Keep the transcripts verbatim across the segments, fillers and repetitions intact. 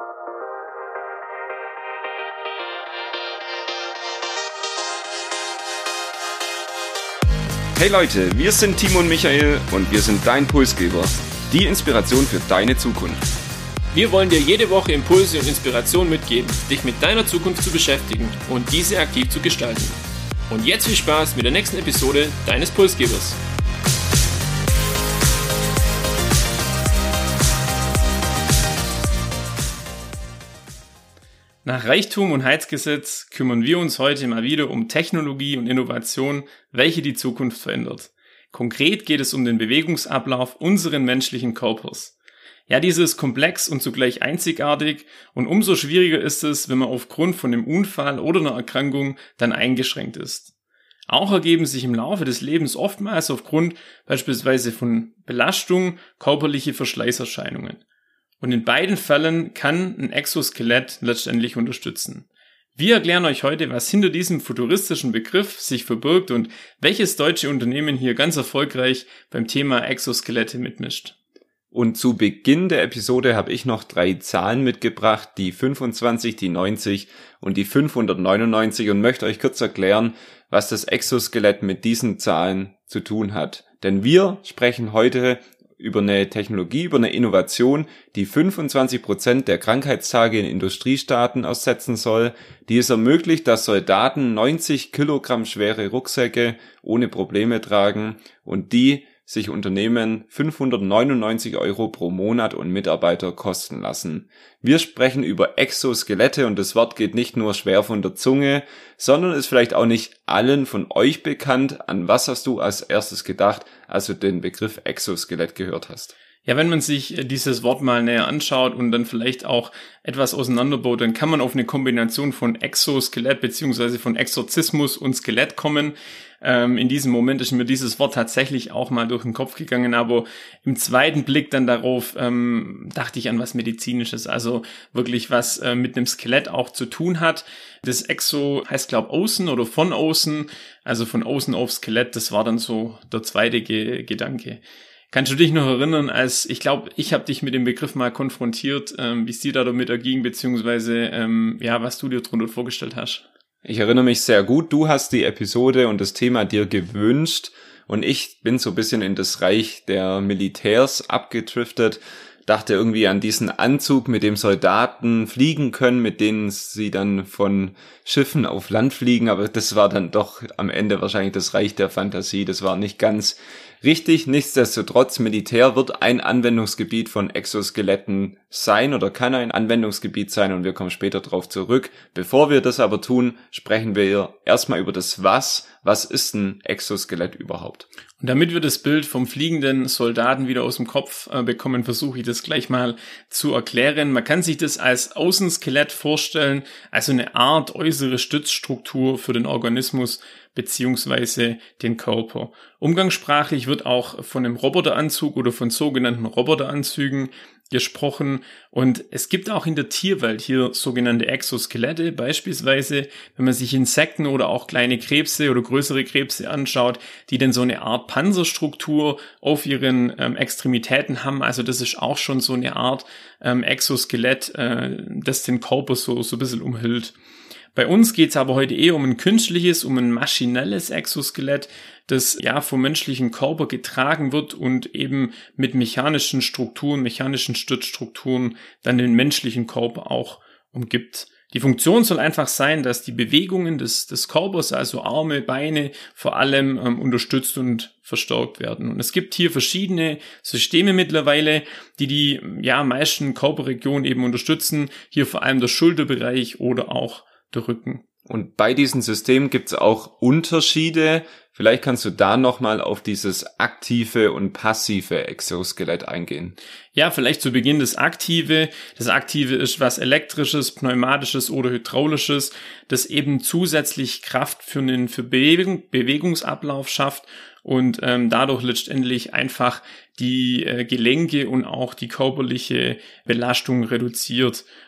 Hey Leute, wir sind Timo und Michael und wir sind dein Pulsgeber, die Inspiration für deine Zukunft. Wir wollen dir jede Woche Impulse und Inspiration mitgeben, dich mit deiner Zukunft zu beschäftigen und diese aktiv zu gestalten. Und jetzt viel Spaß mit der nächsten Episode deines Pulsgebers. Nach Reichtum und Heizgesetz kümmern wir uns heute mal wieder um Technologie und Innovation, welche die Zukunft verändert. Konkret geht es um den Bewegungsablauf unseren menschlichen Körpers. Ja, diese ist komplex und zugleich einzigartig und umso schwieriger ist es, wenn man aufgrund von einem Unfall oder einer Erkrankung dann eingeschränkt ist. Auch ergeben sich im Laufe des Lebens oftmals aufgrund beispielsweise von Belastung körperliche Verschleißerscheinungen. Und in beiden Fällen kann ein Exoskelett letztendlich unterstützen. Wir erklären euch heute, was hinter diesem futuristischen Begriff sich verbirgt und welches deutsche Unternehmen hier ganz erfolgreich beim Thema Exoskelette mitmischt. Und zu Beginn der Episode habe ich noch drei Zahlen mitgebracht, die fünfundzwanzig, die neunzig und die fünfhundertneunundneunzig und möchte euch kurz erklären, was das Exoskelett mit diesen Zahlen zu tun hat. Denn wir sprechen heute über eine Technologie, über eine Innovation, die fünfundzwanzig Prozent der Krankheitstage in Industriestaaten aussetzen soll, die es ermöglicht, dass Soldaten neunzig Kilogramm schwere Rucksäcke ohne Probleme tragen und die sich Unternehmen fünfhundertneunundneunzig Euro pro Monat und Mitarbeiter kosten lassen. Wir sprechen über Exoskelette und das Wort geht nicht nur schwer von der Zunge, sondern ist vielleicht auch nicht allen von euch bekannt. An was hast du als erstes gedacht, als du den Begriff Exoskelett gehört hast? Ja, wenn man sich dieses Wort mal näher anschaut und dann vielleicht auch etwas auseinanderbaut, dann kann man auf eine Kombination von Exoskelett beziehungsweise von Exorzismus und Skelett kommen. Ähm, in diesem Moment ist mir dieses Wort tatsächlich auch mal durch den Kopf gegangen, aber im zweiten Blick dann darauf ähm, dachte ich an was Medizinisches, also wirklich was äh, mit einem Skelett auch zu tun hat. Das Exo heißt, glaube ich, außen oder von außen, also von außen auf Skelett, das war dann so der zweite Ge- Gedanke. Kannst du dich noch erinnern, als, ich glaube, ich habe dich mit dem Begriff mal konfrontiert, ähm, wie es dir da damit erging, beziehungsweise, ähm, ja, was du dir drunter vorgestellt hast? Ich erinnere mich sehr gut, du hast die Episode und das Thema dir gewünscht und ich bin so ein bisschen in das Reich der Militärs abgedriftet, dachte irgendwie an diesen Anzug, mit dem Soldaten fliegen können, mit denen sie dann von Schiffen auf Land fliegen, aber das war dann doch am Ende wahrscheinlich das Reich der Fantasie, das war nicht ganz richtig. Nichtsdestotrotz, Militär wird ein Anwendungsgebiet von Exoskeletten sein oder kann ein Anwendungsgebiet sein und wir kommen später drauf zurück. Bevor wir das aber tun, sprechen wir erstmal über das Was. Was ist ein Exoskelett überhaupt? Und damit wir das Bild vom fliegenden Soldaten wieder aus dem Kopf äh, bekommen, versuche ich das gleich mal zu erklären. Man kann sich das als Außenskelett vorstellen, also eine Art äußere Stützstruktur für den Organismus beziehungsweise den Körper. Umgangssprachlich wird auch von einem Roboteranzug oder von sogenannten Roboteranzügen gesprochen und es gibt auch in der Tierwelt hier sogenannte Exoskelette, beispielsweise wenn man sich Insekten oder auch kleine Krebse oder größere Krebse anschaut, die dann so eine Art Panzerstruktur auf ihren ähm, Extremitäten haben, also das ist auch schon so eine Art ähm, Exoskelett, äh, das den Körper so, so ein bisschen umhüllt. Bei uns geht es aber heute eher um ein künstliches, um ein maschinelles Exoskelett, das ja vom menschlichen Körper getragen wird und eben mit mechanischen Strukturen, mechanischen Stützstrukturen dann den menschlichen Körper auch umgibt. Die Funktion soll einfach sein, dass die Bewegungen des, des Körpers, also Arme, Beine, vor allem ähm, unterstützt und verstärkt werden. Und es gibt hier verschiedene Systeme mittlerweile, die die ja meisten Körperregionen eben unterstützen. Hier vor allem der Schulterbereich oder auch der Rücken. Und bei diesen Systemen gibt es auch Unterschiede. Vielleicht kannst du da nochmal auf dieses aktive und passive Exoskelett eingehen. Ja, vielleicht zu Beginn das Aktive. Das Aktive ist was Elektrisches, Pneumatisches oder Hydraulisches, das eben zusätzlich Kraft für einen für Bewegung, Bewegungsablauf schafft und ähm, dadurch letztendlich einfach die äh, Gelenke und auch die körperliche Belastung reduziert.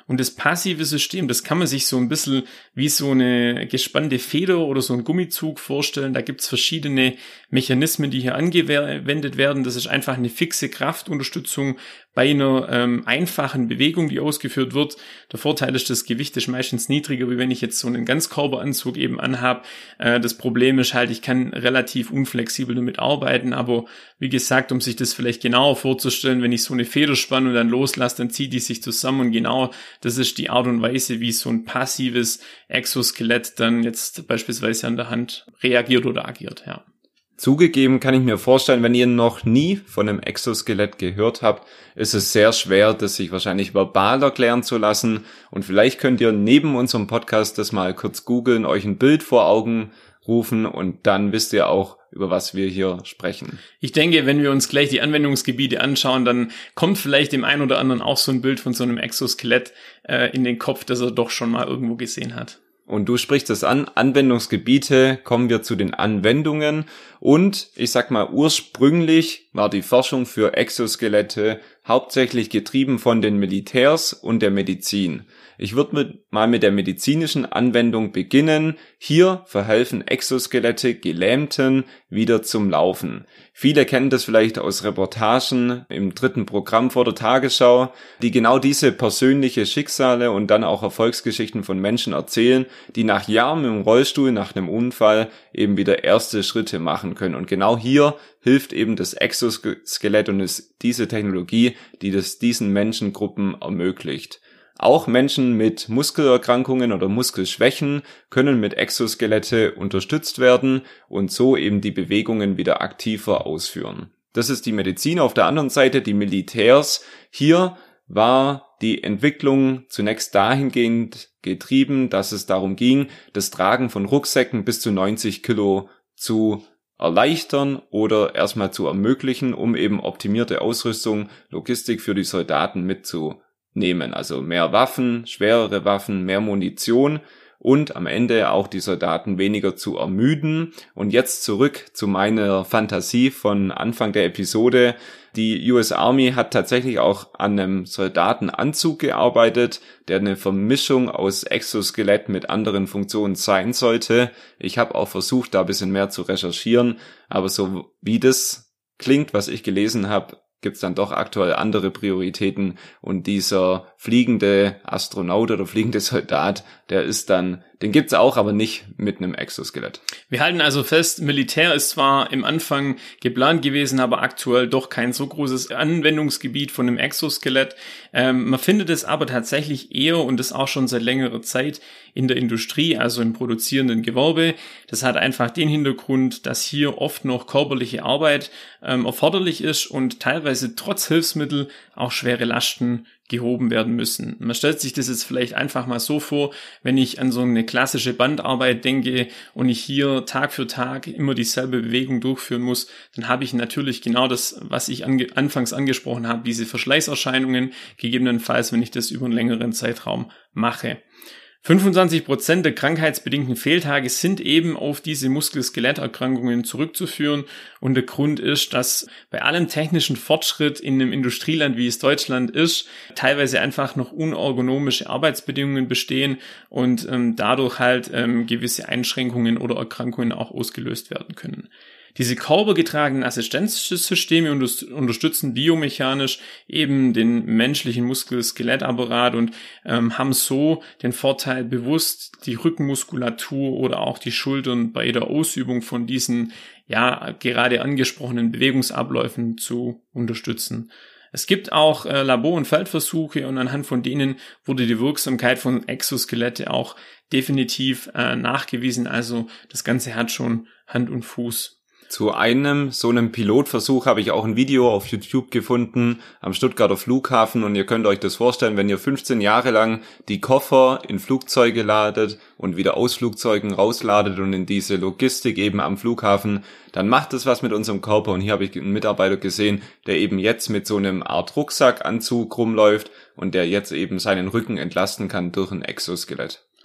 Und das passive System, das kann man sich so ein bisschen wie so eine gespannte Feder oder so ein Gummizug vorstellen. Da gibt's verschiedene Mechanismen, die hier angewendet werden. Das ist einfach eine fixe Kraftunterstützung bei einer ähm, einfachen Bewegung, die ausgeführt wird. Der Vorteil ist, das Gewicht ist meistens niedriger, wie wenn ich jetzt so einen Ganzkörperanzug eben anhab. Äh, das Problem ist halt, ich kann relativ unflexibel damit arbeiten, aber wie gesagt, um sich das vielleicht genauer vorzustellen, wenn ich so eine Feder spanne und dann loslasse, dann zieht die sich zusammen und genau das ist die Art und Weise, wie so ein passives Exoskelett dann jetzt beispielsweise an der Hand reagiert oder agiert, ja. Zugegeben kann ich mir vorstellen, wenn ihr noch nie von einem Exoskelett gehört habt, ist es sehr schwer, das sich wahrscheinlich verbal erklären zu lassen. Und vielleicht könnt ihr neben unserem Podcast das mal kurz googeln, euch ein Bild vor Augen rufen und dann wisst ihr auch, über was wir hier sprechen. Ich denke, wenn wir uns gleich die Anwendungsgebiete anschauen, dann kommt vielleicht dem einen oder anderen auch so ein Bild von so einem Exoskelett äh, in den Kopf, das er doch schon mal irgendwo gesehen hat. Und du sprichst es an, Anwendungsgebiete, kommen wir zu den Anwendungen. Und ich sag mal, ursprünglich war die Forschung für Exoskelette hauptsächlich getrieben von den Militärs und der Medizin. Ich würde mit, mal mit der medizinischen Anwendung beginnen. Hier verhelfen Exoskelette Gelähmten wieder zum Laufen. Viele kennen das vielleicht aus Reportagen im dritten Programm vor der Tagesschau, die genau diese persönliche Schicksale und dann auch Erfolgsgeschichten von Menschen erzählen, die nach Jahren im Rollstuhl, nach einem Unfall eben wieder erste Schritte machen können. Und genau hier hilft eben das Exoskelett und ist diese Technologie, die das diesen Menschengruppen ermöglicht. Auch Menschen mit Muskelerkrankungen oder Muskelschwächen können mit Exoskelette unterstützt werden und so eben die Bewegungen wieder aktiver ausführen. Das ist die Medizin. Auf der anderen Seite die Militärs. Hier war die Entwicklung zunächst dahingehend getrieben, dass es darum ging, das Tragen von Rucksäcken bis zu neunzig Kilo zu erleichtern oder erstmal zu ermöglichen, um eben optimierte Ausrüstung, Logistik für die Soldaten mitzunehmen. nehmen, also mehr Waffen, schwerere Waffen, mehr Munition und am Ende auch die Soldaten weniger zu ermüden. Und jetzt zurück zu meiner Fantasie von Anfang der Episode. Die U S Army hat tatsächlich auch an einem Soldatenanzug gearbeitet, der eine Vermischung aus Exoskelett mit anderen Funktionen sein sollte. Ich habe auch versucht, da ein bisschen mehr zu recherchieren, aber so wie das klingt, was ich gelesen habe, gibt es dann doch aktuell andere Prioritäten und dieser fliegende Astronaut oder fliegende Soldat, der ist dann, den gibt's auch, aber nicht mit einem Exoskelett. Wir halten also fest, Militär ist zwar im Anfang geplant gewesen, aber aktuell doch kein so großes Anwendungsgebiet von einem Exoskelett. Ähm, man findet es aber tatsächlich eher und das auch schon seit längerer Zeit in der Industrie, also im produzierenden Gewerbe. Das hat einfach den Hintergrund, dass hier oft noch körperliche Arbeit ähm, erforderlich ist und teilweise trotz Hilfsmittel auch schwere Lasten gehoben werden müssen. Man stellt sich das jetzt vielleicht einfach mal so vor, wenn ich an so eine klassische Bandarbeit denke und ich hier Tag für Tag immer dieselbe Bewegung durchführen muss, dann habe ich natürlich genau das, was ich ange- anfangs angesprochen habe, diese Verschleißerscheinungen, gegebenenfalls, wenn ich das über einen längeren Zeitraum mache. fünfundzwanzig Prozent der krankheitsbedingten Fehltage sind eben auf diese Muskel-Skeletterkrankungen zurückzuführen und der Grund ist, dass bei allem technischen Fortschritt in einem Industrieland, wie es Deutschland ist, teilweise einfach noch unergonomische Arbeitsbedingungen bestehen und ähm, dadurch halt ähm, gewisse Einschränkungen oder Erkrankungen auch ausgelöst werden können. Diese körpergetragenen Assistenzsysteme unterstützen biomechanisch eben den menschlichen Muskel-Skelettapparat und ähm, haben so den Vorteil, bewusst die Rückenmuskulatur oder auch die Schultern bei der Ausübung von diesen ja gerade angesprochenen Bewegungsabläufen zu unterstützen. Es gibt auch äh, Labor- und Feldversuche und anhand von denen wurde die Wirksamkeit von Exoskelette auch definitiv äh, nachgewiesen. Also das Ganze hat schon Hand und Fuß. Zu einem so einem Pilotversuch habe ich auch ein Video auf YouTube gefunden am Stuttgarter Flughafen und ihr könnt euch das vorstellen, wenn ihr fünfzehn Jahre lang die Koffer in Flugzeuge ladet und wieder aus Flugzeugen rausladet und in diese Logistik eben am Flughafen, dann macht das was mit unserem Körper und hier habe ich einen Mitarbeiter gesehen, der eben jetzt mit so einem Art Rucksackanzug rumläuft und der jetzt eben seinen Rücken entlasten kann durch ein Exoskelett.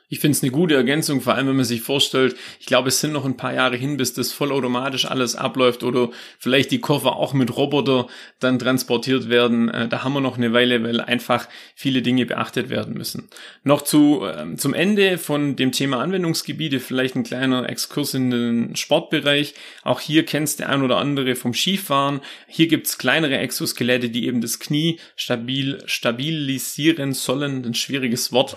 Ich finde es eine gute Ergänzung, vor allem wenn man sich vorstellt, ich glaube, es sind noch ein paar Jahre hin, bis das vollautomatisch alles abläuft oder vielleicht die Koffer auch mit Roboter dann transportiert werden. Äh, da haben wir noch eine Weile, weil einfach viele Dinge beachtet werden müssen. Noch zu äh, zum Ende von dem Thema Anwendungsgebiete vielleicht ein kleiner Exkurs in den Sportbereich. Auch hier kennst der ein oder andere vom Skifahren. Hier gibt's kleinere Exoskelette, die eben das Knie stabil stabilisieren sollen. Ein schwieriges Wort.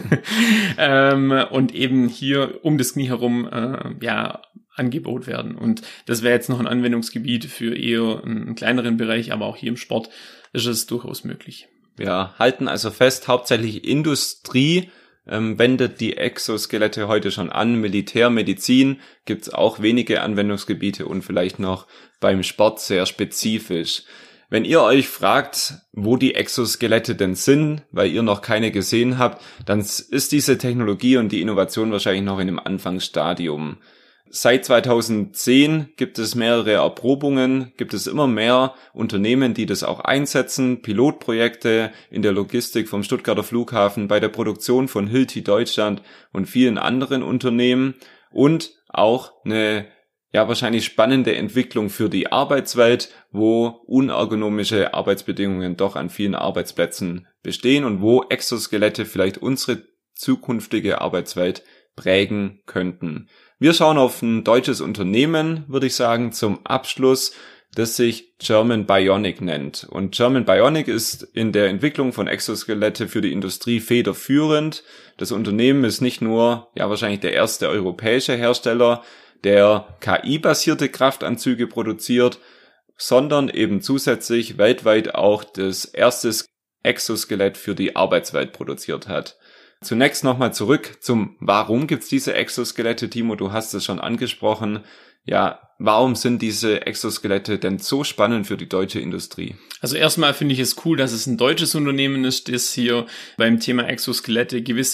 und eben hier um das Knie herum äh, ja angeboten werden. Und das wäre jetzt noch ein Anwendungsgebiet für eher einen kleineren Bereich, aber auch hier im Sport ist es durchaus möglich. Wir halten also fest, hauptsächlich Industrie ähm, wendet die Exoskelette heute schon an. Militär, Medizin gibt's auch wenige Anwendungsgebiete und vielleicht noch beim Sport sehr spezifisch. Wenn ihr euch fragt, wo die Exoskelette denn sind, weil ihr noch keine gesehen habt, dann ist diese Technologie und die Innovation wahrscheinlich noch in einem Anfangsstadium. Seit zweitausendzehn gibt es mehrere Erprobungen, gibt es immer mehr Unternehmen, die das auch einsetzen, Pilotprojekte in der Logistik vom Stuttgarter Flughafen, bei der Produktion von Hilti Deutschland und vielen anderen Unternehmen und auch eine ja wahrscheinlich spannende Entwicklung für die Arbeitswelt, wo unergonomische Arbeitsbedingungen doch an vielen Arbeitsplätzen bestehen und wo Exoskelette vielleicht unsere zukünftige Arbeitswelt prägen könnten. Wir schauen auf ein deutsches Unternehmen, würde ich sagen, zum Abschluss, das sich German Bionic nennt. Und German Bionic ist in der Entwicklung von Exoskelette für die Industrie federführend. Das Unternehmen ist nicht nur ja wahrscheinlich der erste europäische Hersteller, der K I-basierte Kraftanzüge produziert, sondern eben zusätzlich weltweit auch das erste Exoskelett für die Arbeitswelt produziert hat. Zunächst nochmal zurück zum Warum gibt's diese Exoskelette? Timo, du hast es schon angesprochen. Ja, warum sind diese Exoskelette denn so spannend für die deutsche Industrie? Also erstmal finde ich es cool, dass es ein deutsches Unternehmen ist, das hier beim Thema Exoskelette gewisse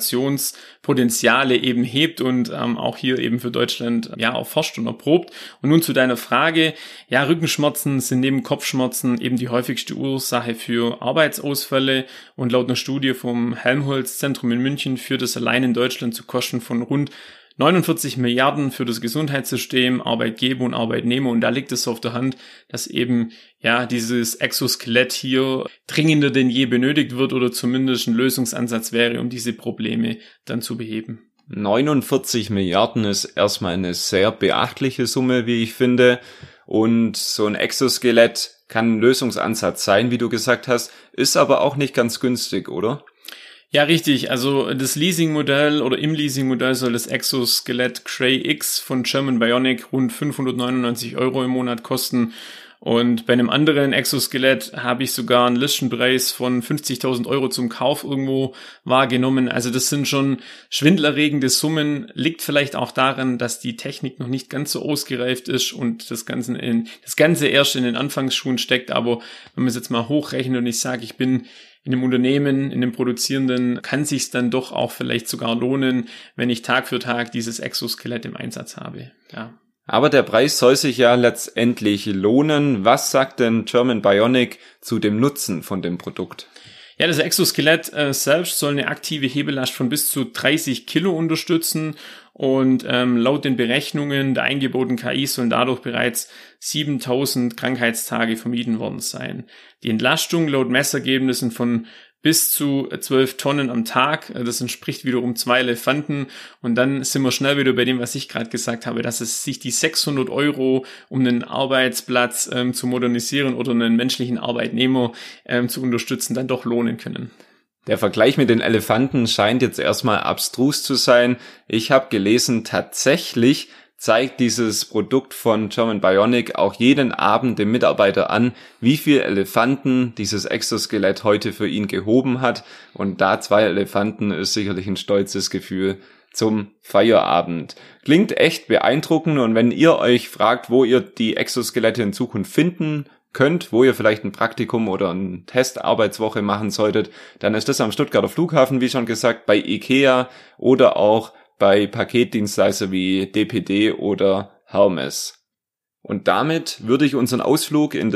Innovationspotenziale eben hebt und ähm, auch hier eben für Deutschland ja auch forscht und erprobt. Und nun zu deiner Frage. Ja, Rückenschmerzen sind neben Kopfschmerzen eben die häufigste Ursache für Arbeitsausfälle und laut einer Studie vom Helmholtz-Zentrum in München führt es allein in Deutschland zu Kosten von rund neunundvierzig Milliarden für das Gesundheitssystem, Arbeitgeber und Arbeitnehmer. Und da liegt es auf der Hand, dass eben ja dieses Exoskelett hier dringender denn je benötigt wird oder zumindest ein Lösungsansatz wäre, um diese Probleme dann zu beheben. neunundvierzig Milliarden ist erstmal eine sehr beachtliche Summe, wie ich finde. Und so ein Exoskelett kann ein Lösungsansatz sein, wie du gesagt hast, ist aber auch nicht ganz günstig, oder? Ja, richtig. Also das Leasingmodell oder im Leasingmodell soll das Exoskelett Cray X von German Bionic rund fünfhundertneunundneunzig Euro im Monat kosten. Und bei einem anderen Exoskelett habe ich sogar einen Listenpreis von fünfzigtausend Euro zum Kauf irgendwo wahrgenommen. Also das sind schon schwindelerregende Summen. Liegt vielleicht auch daran, dass die Technik noch nicht ganz so ausgereift ist und das Ganze, in, das Ganze erst in den Anfangsschuhen steckt. Aber wenn man es jetzt mal hochrechnet und ich sage, ich bin in dem Unternehmen, in dem Produzierenden, kann sich's dann doch auch vielleicht sogar lohnen, wenn ich Tag für Tag dieses Exoskelett im Einsatz habe. Ja. Aber der Preis soll sich ja letztendlich lohnen. Was sagt denn German Bionic zu dem Nutzen von dem Produkt? Ja, das Exoskelett äh, selbst soll eine aktive Hebelast von bis zu dreißig Kilo unterstützen und ähm, laut den Berechnungen der eingebauten K I sollen dadurch bereits siebentausend Krankheitstage vermieden worden sein. Die Entlastung laut Messergebnissen von bis zu zwölf Tonnen am Tag, das entspricht wiederum zwei Elefanten und dann sind wir schnell wieder bei dem, was ich gerade gesagt habe, dass es sich die sechshundert Euro, um einen Arbeitsplatz ähm, zu modernisieren oder einen menschlichen Arbeitnehmer ähm, zu unterstützen, dann doch lohnen können. Der Vergleich mit den Elefanten scheint jetzt erstmal abstrus zu sein. Ich habe gelesen, tatsächlich zeigt dieses Produkt von German Bionic auch jeden Abend dem Mitarbeiter an, wie viel Elefanten dieses Exoskelett heute für ihn gehoben hat. Und da zwei Elefanten ist sicherlich ein stolzes Gefühl zum Feierabend. Klingt echt beeindruckend und wenn ihr euch fragt, wo ihr die Exoskelette in Zukunft finden könnt, wo ihr vielleicht ein Praktikum oder eine Testarbeitswoche machen solltet, dann ist das am Stuttgarter Flughafen, wie schon gesagt, bei IKEA oder auch bei Paketdienstleister wie D P D oder Hermes. Und damit würde ich unseren Ausflug in das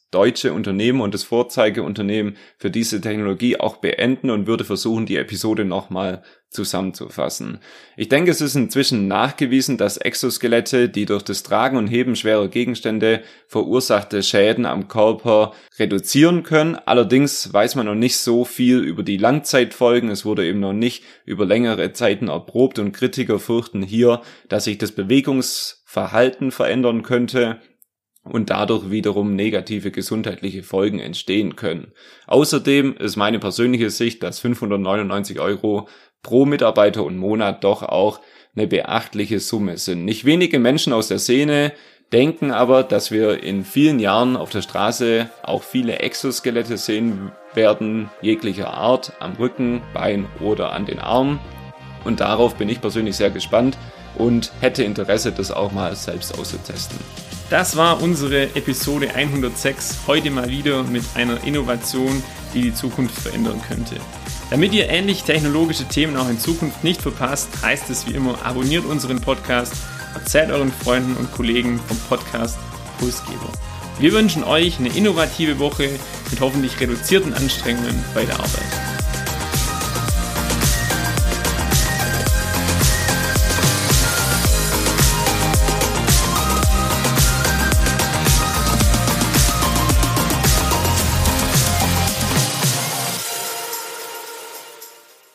deutsche Unternehmen und das Vorzeigeunternehmen für diese Technologie auch beenden und würde versuchen, die Episode nochmal zusammenzufassen. Ich denke, es ist inzwischen nachgewiesen, dass Exoskelette, die durch das Tragen und Heben schwerer Gegenstände verursachte Schäden am Körper reduzieren können. Allerdings weiß man noch nicht so viel über die Langzeitfolgen. Es wurde eben noch nicht über längere Zeiten erprobt und Kritiker fürchten hier, dass sich das Bewegungsverhalten verändern könnte und dadurch wiederum negative gesundheitliche Folgen entstehen können. Außerdem ist meine persönliche Sicht, dass fünfhundertneunundneunzig Euro pro Mitarbeiter und Monat doch auch eine beachtliche Summe sind. Nicht wenige Menschen aus der Szene denken aber, dass wir in vielen Jahren auf der Straße auch viele Exoskelette sehen werden, jeglicher Art, am Rücken, Bein oder an den Armen. Und darauf bin ich persönlich sehr gespannt und hätte Interesse, das auch mal selbst auszutesten. Das war unsere Episode hundertsechs, heute mal wieder mit einer Innovation, die die Zukunft verändern könnte. Damit ihr ähnlich technologische Themen auch in Zukunft nicht verpasst, heißt es wie immer, abonniert unseren Podcast, erzählt euren Freunden und Kollegen vom Podcast Pulsgeber. Wir wünschen euch eine innovative Woche mit hoffentlich reduzierten Anstrengungen bei der Arbeit.